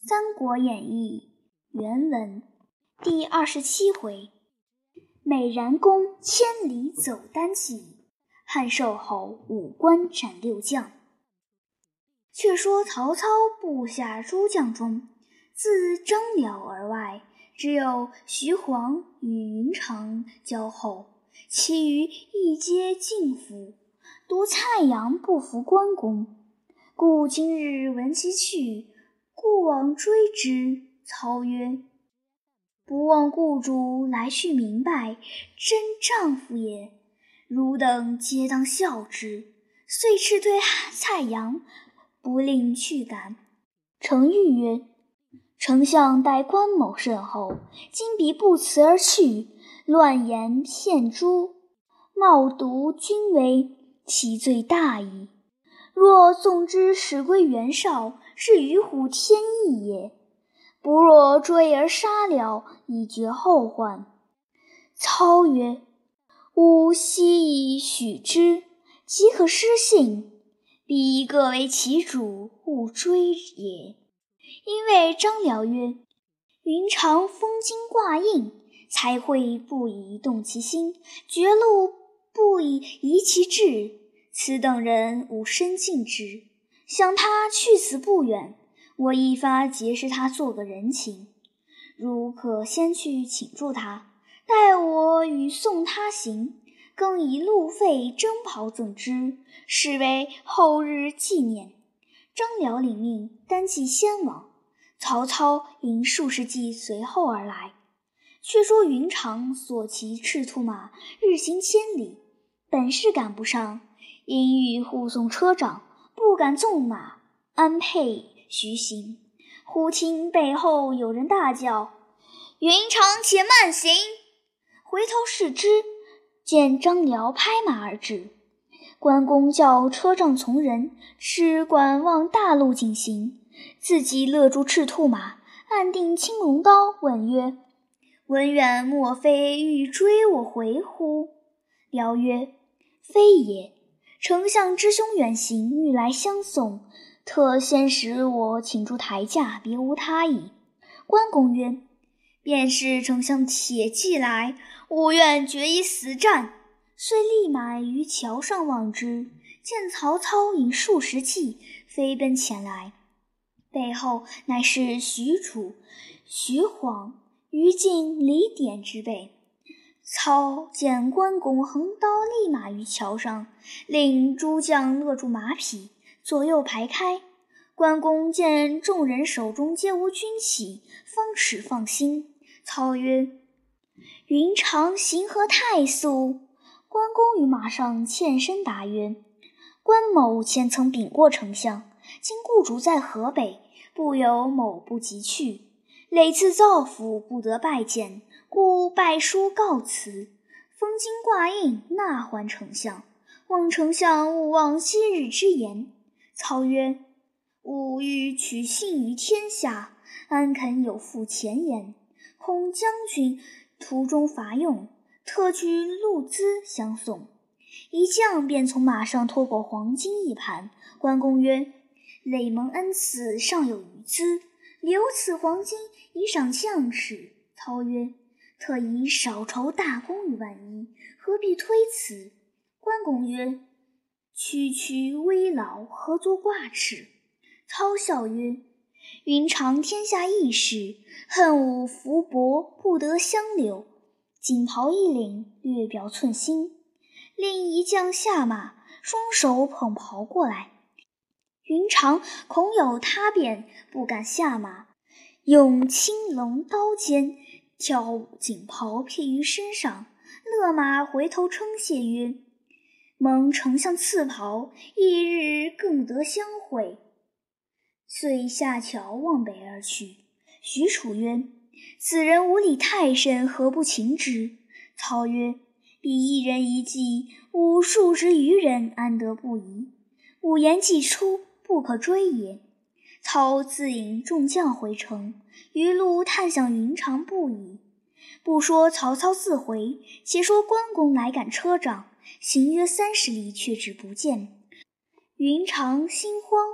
三国演义》原文第27回：美髯公千里走单骑，汉寿侯5关斩6将。却说曹操部下诸将中，自张辽而外，只有徐晃与云长交厚，其余亦皆进服，独蔡阳不服关公。故今日闻其去，故往追之。操曰：不望雇主来去明白，真丈夫也，汝等皆当效之。遂斥退蔡阳，不令去赶。程昱曰：丞相待关某甚厚，今彼不辞而去，乱言骗诛，冒渎君威，其罪大矣。若纵之使归袁绍，是于乎天意也。不若追而杀了，以绝后患。操曰：吾悉以许之，岂可失信？彼各为其主，勿追也。因为张辽曰：云长风经挂印，才会不以动其心，绝路不以移其志，此等人吾深敬之，想他去此不远，我一发结识他做个人情。汝可先去请住他，待我与送他行，更以路费征袍赠之，是为后日纪念。张辽领命，单骑先往。曹操引数十骑随后而来。却说云长所骑赤兔马日行千里，本是赶不上，因欲护送车仗，不敢纵马，安配徐行。忽听背后有人大叫：云长且慢行！回头视之，见张辽拍马而至。关公叫车仗从人，只管往大路进行，自己勒住赤兔马，按定青龙刀，问曰：文远莫非欲追我回乎？辽曰：非也，丞相之兄远行，欲来相送，特先使我请出台驾，别无他意。关公曰：便是丞相铁骑来，吾愿决一死战。遂立马于桥上望之，见曹操引数十骑飞奔前来，背后乃是许褚、徐晃、于禁、李典之辈。操见关公横刀立马于桥上，令诸将勒住马匹，左右排开。关公见众人手中皆无军器，方始放心。操曰：云长行何太速？关公于马上欠身答曰：关某前曾禀过丞相，今雇主在河北，不由某不及去，累次造府不得拜见，故拜书告辞，封金挂印纳还丞相，望丞相勿忘昔日之言。操曰：吾欲取信于天下，安肯有负前言？恐将军途中乏用，特具路资相送。一将便从马上脱过黄金一盘。关公曰：累蒙恩赐，尚有余资，留此黄金以赏将士。操曰：特以少酬大功于万一，何必推辞？关公曰：区区危劳，何足挂齿？操笑曰：云长天下义士，恨吾福薄，不得相留。锦袍一领，略表寸心。令一将下马，双手捧袍过来。云长恐有他变，不敢下马，用青龙刀尖挑锦袍披于身上，勒马回头称谢曰：蒙丞相赐袍，一日更得相会。遂下桥往北而去。许褚曰：此人无礼太甚，何不擒之？操曰：彼一人一计，吾数十余人，安得不疑？吾言既出，不可追也。操自引众将回城，余路探向云长不已。不说曹操自回，且说关公来赶车仗，行约30里，却只不见。云长心慌，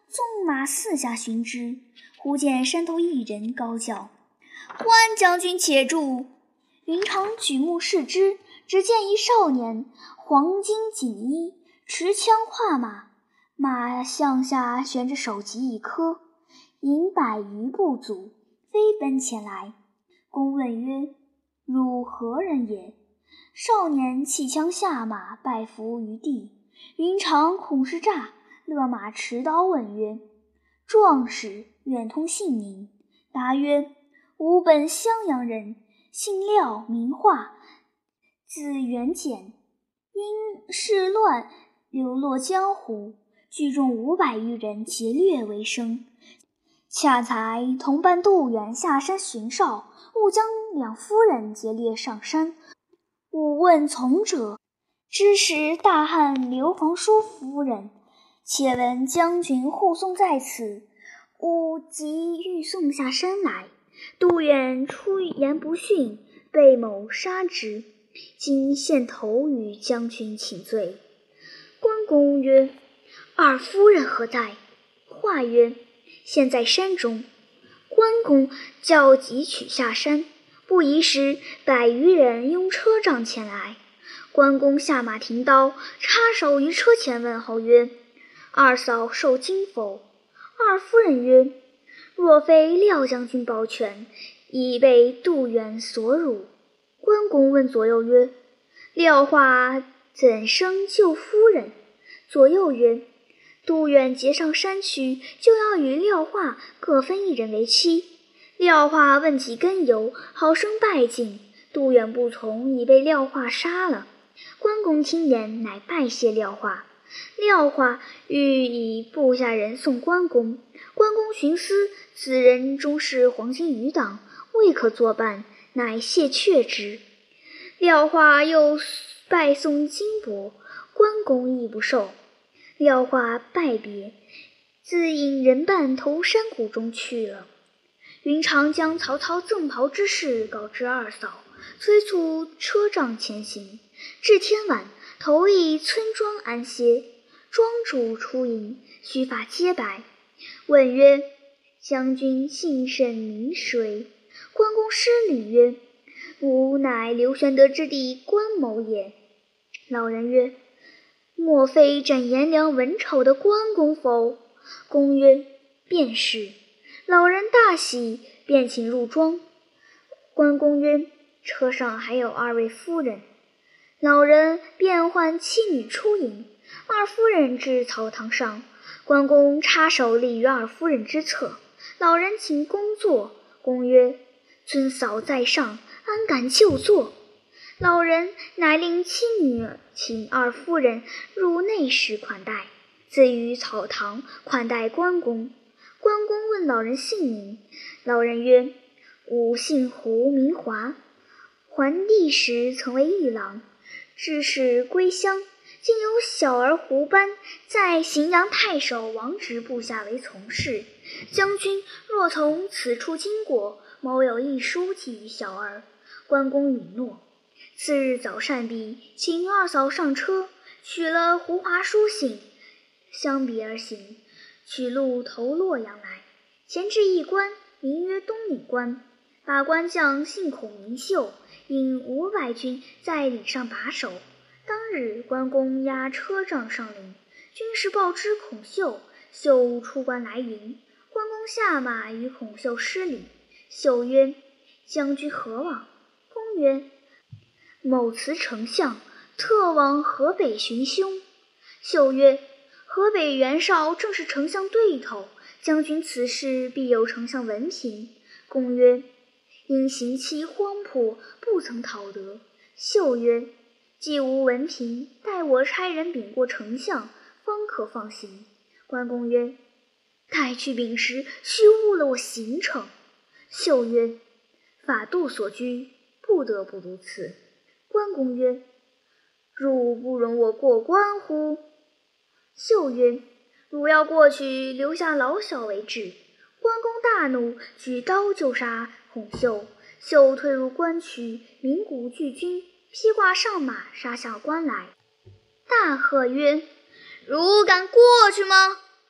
纵马四下寻之，忽见山头一人高叫：“关将军且住！”云长举目视之，只见一少年，黄金锦衣，持枪跨马，马项下悬着首级一颗，引100余部卒，飞奔前来。公问曰：“汝何人也？”少年弃枪下马，拜伏于地。云长恐是诈，勒马持刀问曰：“壮士愿通姓名？”答曰：“吾本襄阳人，姓廖，名化，字元简，因事乱流落江湖，聚众500余人劫掠为生。恰才同伴杜远下山巡哨，误将两夫人劫掠上山。吾问从者，知是大汉刘皇叔夫人，且闻将军护送在此，吾即欲送下山来。杜远出言不逊，被某杀之，今献头与将军请罪。”关公曰：“二夫人何在？”话曰：“现在山中。”关公叫急取下山，不一时，100余人拥车仗前来。关公下马停刀，插手于车前问候曰：“二嫂受惊否？”二夫人曰：“若非廖将军保全，已被杜远所辱。”关公问左右曰：“廖化怎生救夫人？”左右曰：“杜远劫上山去，就要与廖化各分1人为妻。廖化问其根由，好生拜敬。杜远不从，已被廖化杀了。关公听言，乃拜谢廖化。廖化欲以部下人送关公，关公寻思此人终是黄巾余党，未可作伴，乃谢却之。廖化又拜送金帛，关公亦不受。廖化拜别，自引人伴投山谷中去了。云长将曹操赠袍之事告知二嫂，催促车仗前行。至天晚，投一村庄安歇。庄主出迎，须发皆白，问曰：“将军姓甚名谁？”关公施礼曰：“吾乃刘玄德之弟关某也。”老人曰：“莫非斩颜良文丑的关公否？”公曰：“便是。”老人大喜，便请入庄。关公曰：“车上还有2位夫人。”老人便唤妻女出迎。二夫人至草堂上，关公插手立于二夫人之侧。老人请公坐，公曰：“尊嫂在上，安敢就坐？”老人乃令妻女请二夫人入内室款待，自于草堂款待关公。关公问老人姓名，老人曰：“吾姓胡，名华，还历时曾为议郎，至是归乡。今有小儿胡班在荥阳太守王直部下为从事，将军若从此处经过，某有一书寄与小儿。”关公允诺。次日早膳毕，请二嫂上车，取了胡华书信，相别而行，取路投洛阳来。前至一关，名曰东岭关，把关将姓孔名秀，引500军在岭上把守。当日关公押车仗上岭，军士报知孔秀，秀出关来迎。关公下马与孔秀施礼。秀曰：“将军何往？”公曰：“某辞丞相，特往河北寻凶。”秀曰：“河北袁绍正是丞相对头，将军此事必有丞相闻听。”公曰：“因刑期荒迫，不曾讨得。”秀曰：“既无闻凭，待我差人禀过丞相，方可放行。”关公曰：“待去禀时，须误了我行程。”秀曰：“法度所拘，不得不如此。”关公曰：“汝不容我过关乎？”秀曰：“汝要过去，留下老小为质。”关公大怒，举刀就杀孔秀。秀退入关区，鸣鼓聚军，披挂上马，杀下关来，大喝曰：“汝敢过去吗？”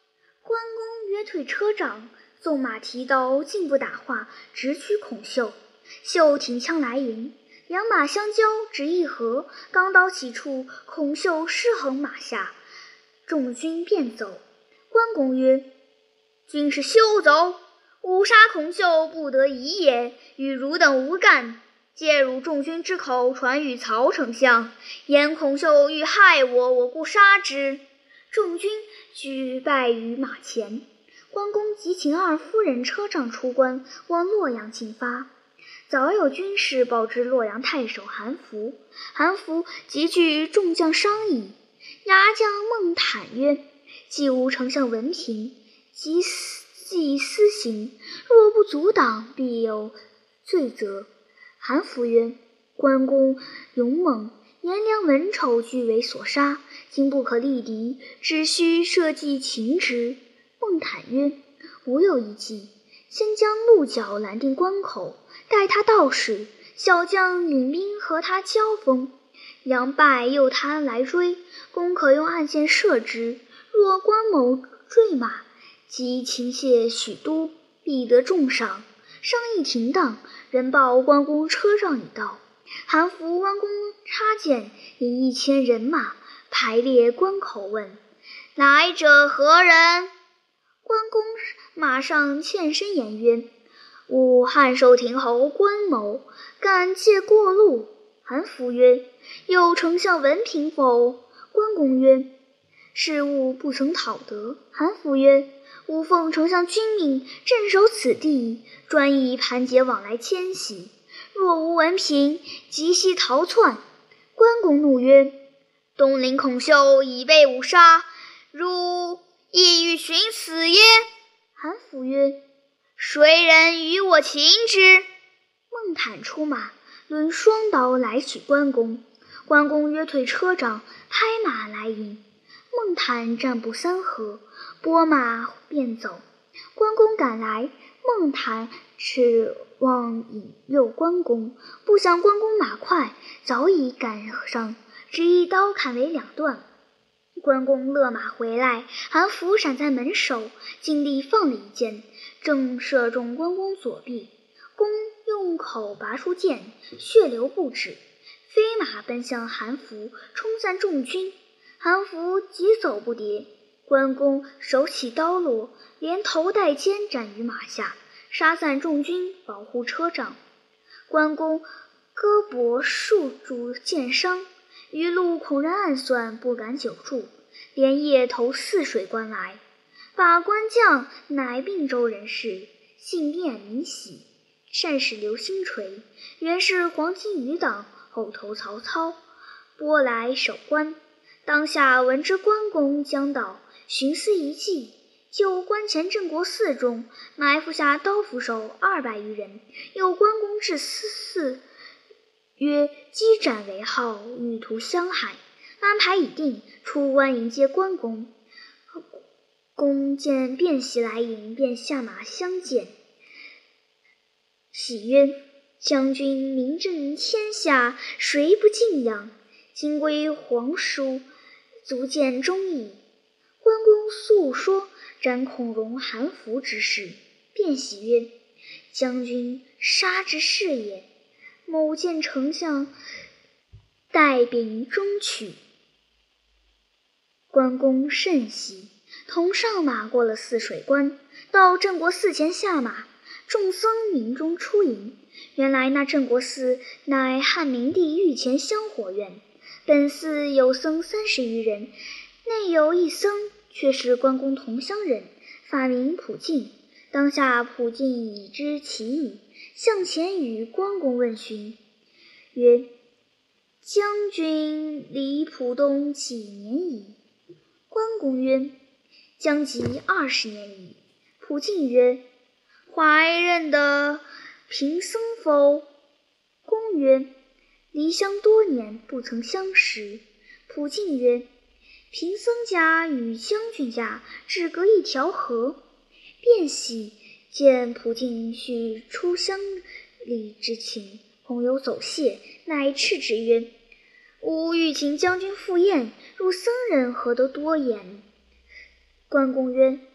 关公约退车仗，纵马提刀，进步打话，直驱孔秀。秀挺枪来迎，两马相交，只一合，钢刀起处，孔秀失衡马下，众军便走。关公曰：军是休走，吾杀孔秀不得已也，与汝等无干。借汝众军之口，传与曹丞相，言孔秀欲害我，我故杀之。众军俱败于马前。关公即请二夫人车仗出关，往洛阳进发。早有军士报知洛阳太守韩福，韩福即据众将商议。牙将孟坦曰：既无丞相闻评，即私行，若不阻挡，必有罪责。韩福曰：关公勇猛，颜良文丑俱为所杀，今不可力敌，只需设计擒之。孟坦曰：吾有一计，先将鹿角拦定关口，待他到时，小将领兵和他交锋，良败诱他来追，公可用暗线射之。若关某坠马，即擒卸许都，必得重赏。商议停当，人报关公车仗已到。韩福弯弓插箭，引1000人马排列关口，问：来者何人？关公马上欠身言曰：吾汉寿亭侯关某，敢借过路。韩福曰：有丞相闻评否？关公曰：事务不曾讨得。韩福曰：吾奉丞相君命，镇守此地，专以盘结往来迁徙，若无闻评，即悉逃窜。关公怒曰：东陵孔秀已被吾杀，汝意欲寻死耶？韩福曰：谁人与我擒之？孟坦出马，抡双刀来取关公。关公约退车仗，拍马来迎。孟坦战不3合，拨马便走。关公赶来，孟坦指望引诱关公，不想关公马快，早已赶上，只一刀砍为2段。关公勒马回来，韩福闪在门首，尽力放了一箭，正射中关公左臂。公用口拔出箭，血流不止，飞马奔向韩福，冲散众军。韩福急走不迭，关公手起刀落，连头带肩斩于马下，杀散众军，保护车仗。关公胳膊数处箭伤，余路恐人暗算，不敢久住，连夜投泗水关来。把关将乃并州人士，姓卞名喜，善使流星锤，原是黄巾余党，后投曹操，拨来守关。当下闻知关公将到，寻思一计，就关前镇国寺中埋伏下刀斧手200余人，诱关公至寺，曰击斩为号，欲图相害。安排已定，出关迎接关公。公见卞喜来迎，便下马相见。喜曰：将军名震天下，谁不敬仰？今归皇叔，足见忠义。关公诉说斩孔融、韩福之事。卞喜曰：将军杀之是也。某见丞相带秉中取。关公甚喜，同上马过了泗水关，到镇国寺前下马，众僧鸣钟出迎。原来那镇国寺乃汉明帝御前香火院，本寺有僧30余人，内有一僧却是关公同乡人，法名普净。当下普净已知其意，向前与关公问询，曰：将军离浦东几年矣？关公曰：将及20年矣。普净曰：怀认得贫僧否？公曰：离乡多年，不曾相识。普净曰：贫僧家与将军家只隔一条河。卞喜见普净叙出乡里之情，恐有走谢，乃斥之曰：吾欲请将军赴宴，汝僧人何得多言？关公曰：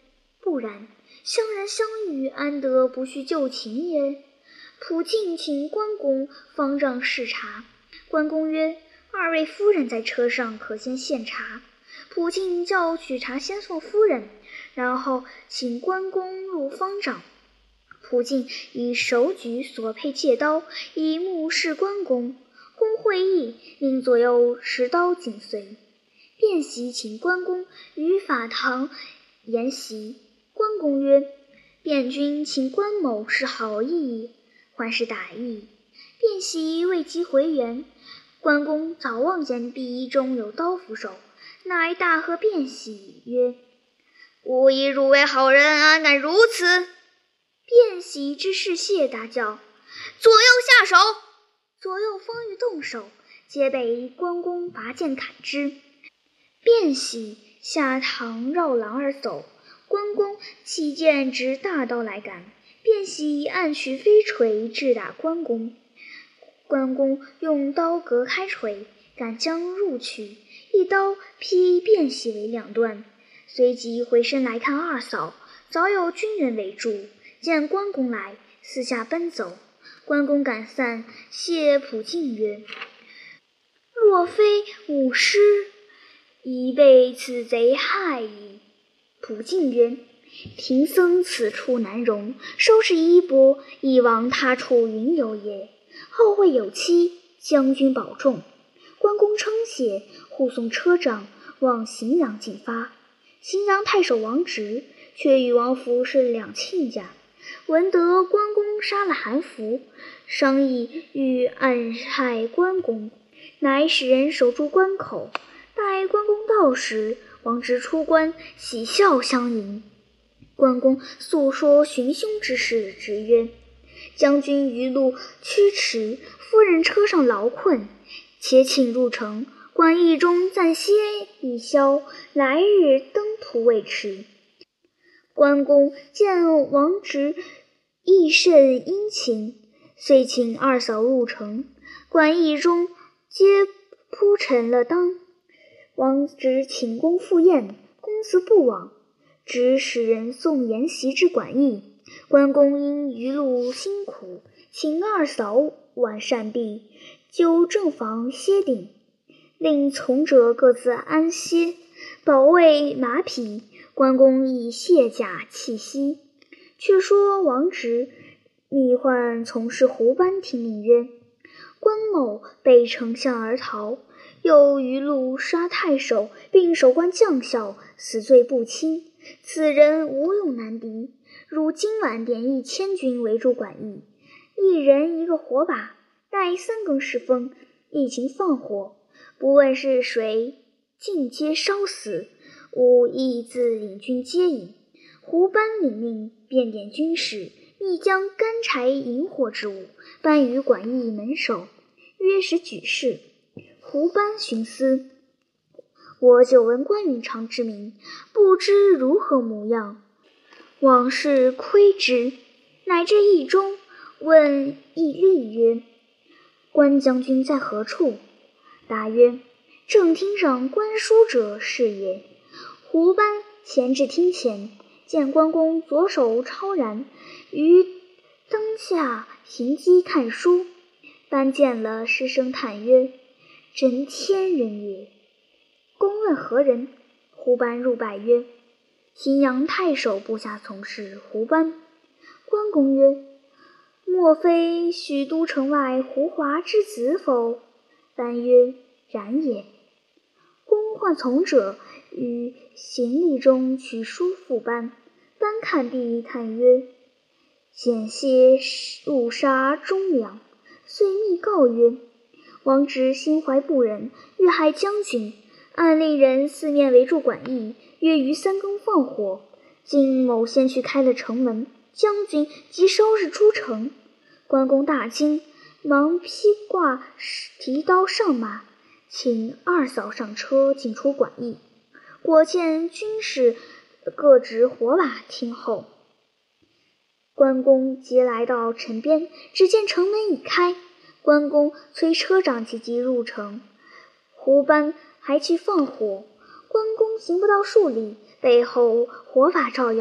不然，相认相遇，安得不叙旧情也？普进请关公方丈视察。关公曰：二位夫人在车上，可先献茶。普进叫取茶先送夫人，然后请关公入方丈。普进以手举所佩戒刀，以目视关公。公会意，命左右持刀紧随。卞喜请关公于法堂筵席。关公曰：卞君请关某是好意，还是歹意？卞喜未及回言，关公早望见壁衣中有刀斧手，乃大喝卞喜曰：吾以汝为好人，安敢如此？卞喜之士谢，大叫：左右下手！左右方欲动手，皆被关公拔剑砍之。卞喜下堂绕廊而走，关公弃剑执大刀来赶。卞喜暗取飞锤掷打关公，关公用刀隔开锤，赶将入去，一刀劈卞喜为两段。随即回身来看二嫂，早有军人围住，见关公来，四下奔走。关公赶散，谢普进曰：若非吾师，已被此贼害矣。普进曰：贫僧此处难容，收拾衣钵，亦往他处云游也。后会有期，将军保重。关公称谢，护送车仗往荥阳进发。荥阳太守王直却与王福是两亲家，闻得关公杀了韩福，商议欲暗害关公，乃使人守住关口。待关公到时，王直出关，喜笑相迎。关公诉说寻凶之事，直曰：将军余路驱驰，夫人车上劳困，且请入城，馆驿中暂歇一宵，来日登途未迟。关公见王直亦甚殷勤，遂请二嫂入城，馆驿中皆铺陈了当。王直请功赴宴，公辞不往，只使人送筵席至馆驿。关公因余路辛苦，请二嫂晚膳毕，就正房歇定，令从者各自安歇，保卫马匹。关公亦卸甲弃息。却说王直密唤从事胡班听命曰：关某被丞相而逃，又于路杀太守，并守关将校，死罪不轻，此人无用难敌。如今晚点1000军围住馆驿，一人一个火把，待3更时分，一情放火，不问是谁，尽皆烧死。吾亦自领军接引。胡班领命，便点军士，密将干柴引火之物搬于馆驿门首，约时举事。胡班寻思：我久闻关云长之名，不知如何模样，往事窥之。乃至驿中，问驿吏曰：关将军在何处？答曰：正厅上观书者是也。胡班前至厅前，见关公左手超然，于灯下凭机看书。班见了，失声叹曰：真天人也。公问何人？胡班入拜曰：荥阳太守部下从事胡班。关公曰：莫非许都城外胡华之子否？班曰：然也。公唤从者于行李中取书付班。班看毕，叹曰：险些误杀忠良。遂密告曰：王直心怀不仁，欲害将军，暗令人四面围住馆驿，约于3更放火。今某先去开了城门，将军即收拾出城。关公大惊，忙披挂提刀上马，请二嫂上车进出馆驿。果见军士各执火把听候。关公即来到城边，只见城门已开，关公催车长急急入城。胡班还去放火，关公行不到数里，背后火把照耀，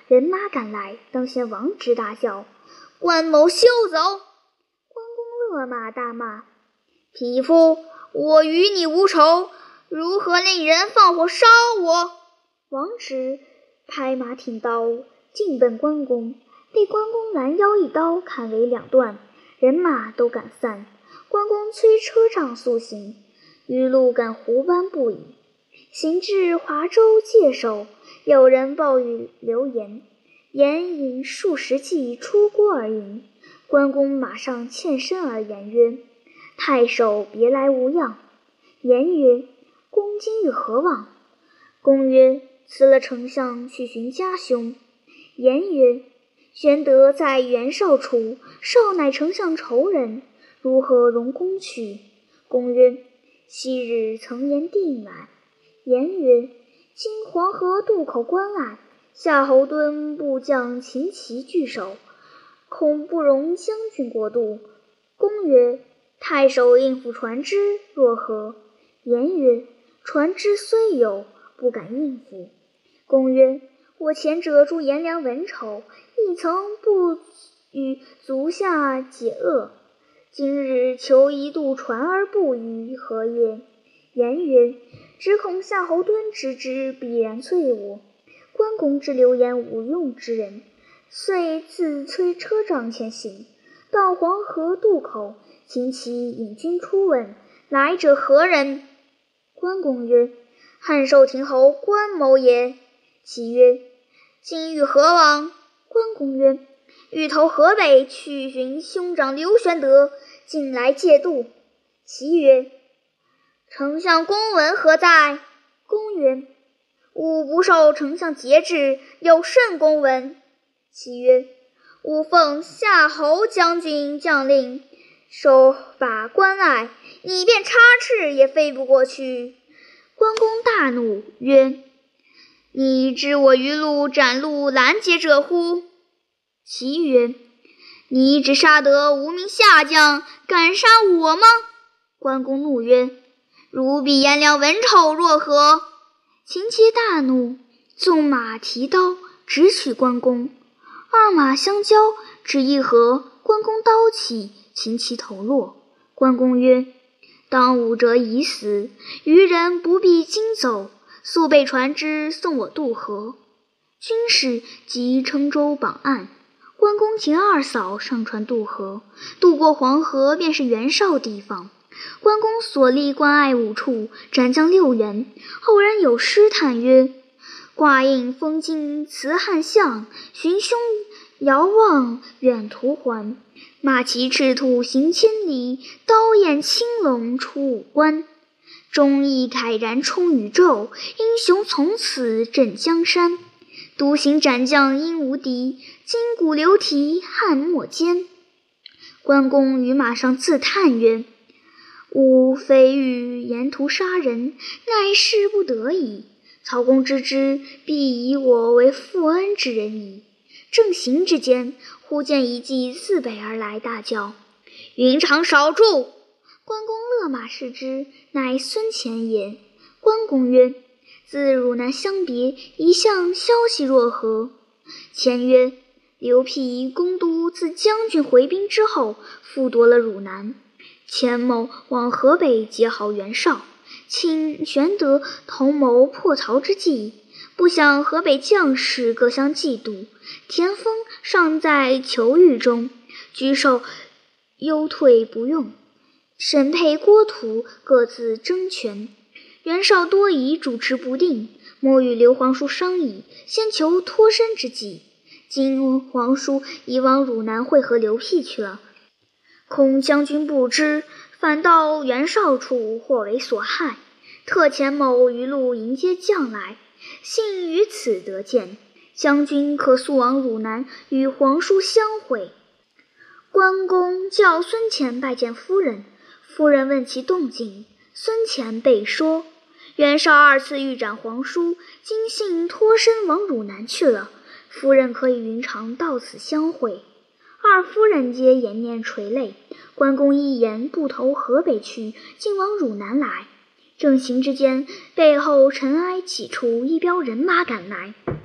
人马赶来，当先王直大叫：“关某休走！”关公勒马大骂：“匹夫，我与你无仇，如何令人放火烧我？”王直拍马挺刀，进奔关公，被关公拦腰一刀砍为两段，人马都赶散。关公催车仗速行，余路赶胡班不已。行至华州界首，有人报与刘言，言引数十骑出郭而迎。关公马上欠身而言曰：“太守别来无恙。”言曰：“公今日何往？”公曰：“辞了丞相，去寻家兄。”言曰：“玄德在袁绍处，绍乃丞相仇人，如何容公去？”公曰：“昔日曾言定来。”言曰：“今黄河渡口关隘，夏侯惇部将秦齐拒守，恐不容将军过渡。”公曰：“太守应付船只，若何？”言曰：“船只虽有，不敢应付。”公曰：“我前者助颜良文丑，亦曾不与足下解厄，今日求一渡船而不与，何也？”言曰：“只恐夏侯惇知之，必然啐我。”关公知流言无用之人，遂自催车仗前行。到黄河渡口，秦齐引军出问：“来者何人？”关公曰：“汉寿亭侯关某也。”齐曰：“今欲何往？”关公曰：“欲投河北，去寻兄长刘玄德，近来借渡。”齐曰：“丞相公文何在？”公曰：“吾不受丞相节制，有甚公文？”齐曰：“吾奉夏侯将军将令，守把关隘，你便插翅也飞不过去。”关公大怒，曰：“你知我余路斩路拦截者乎？”齐曰：“你只杀得无名下将，敢杀我吗？”关公怒曰：“如比颜良文丑，若何？”秦齐大怒，纵马提刀直取关公。二马相交，只一合，关公刀起，秦齐头落。关公曰：“当武者已死，余人不必今走，速备船只送我渡河。”军士即郴州绑岸，关公请二嫂上船渡河。渡过黄河，便是袁绍地方。关公所立关隘5处，斩将6员。后人有诗叹曰：“挂印封金辞汉相，寻兄遥望远途还。马骑赤兔行千里，刀雁青龙出五关。忠义慨然冲宇宙，英雄从此镇江山。独行斩将应无敌，筋骨流蹄汉末间。”关公于马上自叹曰：“吾非欲沿途杀人，乃是不得已。曹公知之，必以我为负恩之人矣。”正行之间，忽见一骑自北而来，大叫：“云长少住！”关公勒马视之，乃孙乾也。关公曰：“自汝南相别，一向消息若何？”乾曰：“刘辟攻都自将军回兵之后，复夺了汝南。钱某往河北结好袁绍，请玄德同谋破曹之计，不想河北将士各相嫉妒，田丰尚在囚狱中，沮授忧退不用，沈沛、郭图各自争权。袁绍多疑，主持不定，莫与刘皇叔商议，先求脱身之计。今皇叔已往汝南会合刘辟去了，恐将军不知，反到袁绍处，或为所害。特遣某于路迎接将来，幸于此得见，将军可速往汝南与皇叔相会。”关公叫孙乾拜见夫人，夫人问其动静，孙乾备说：“袁绍2次欲斩皇叔，今幸脱身往汝南去了，夫人可以云长到此相会。”二夫人皆掩面垂泪。关公一言不投河北去，竟往汝南来。正行之间，背后尘埃起处，一彪人马赶来。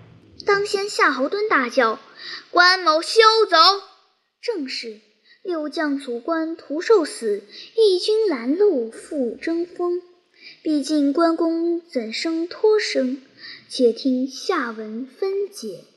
当先夏侯惇大叫：“关某休走！”正是六将阻关徒受死，一军拦路复争锋。毕竟关公怎生脱生？且听下文分解。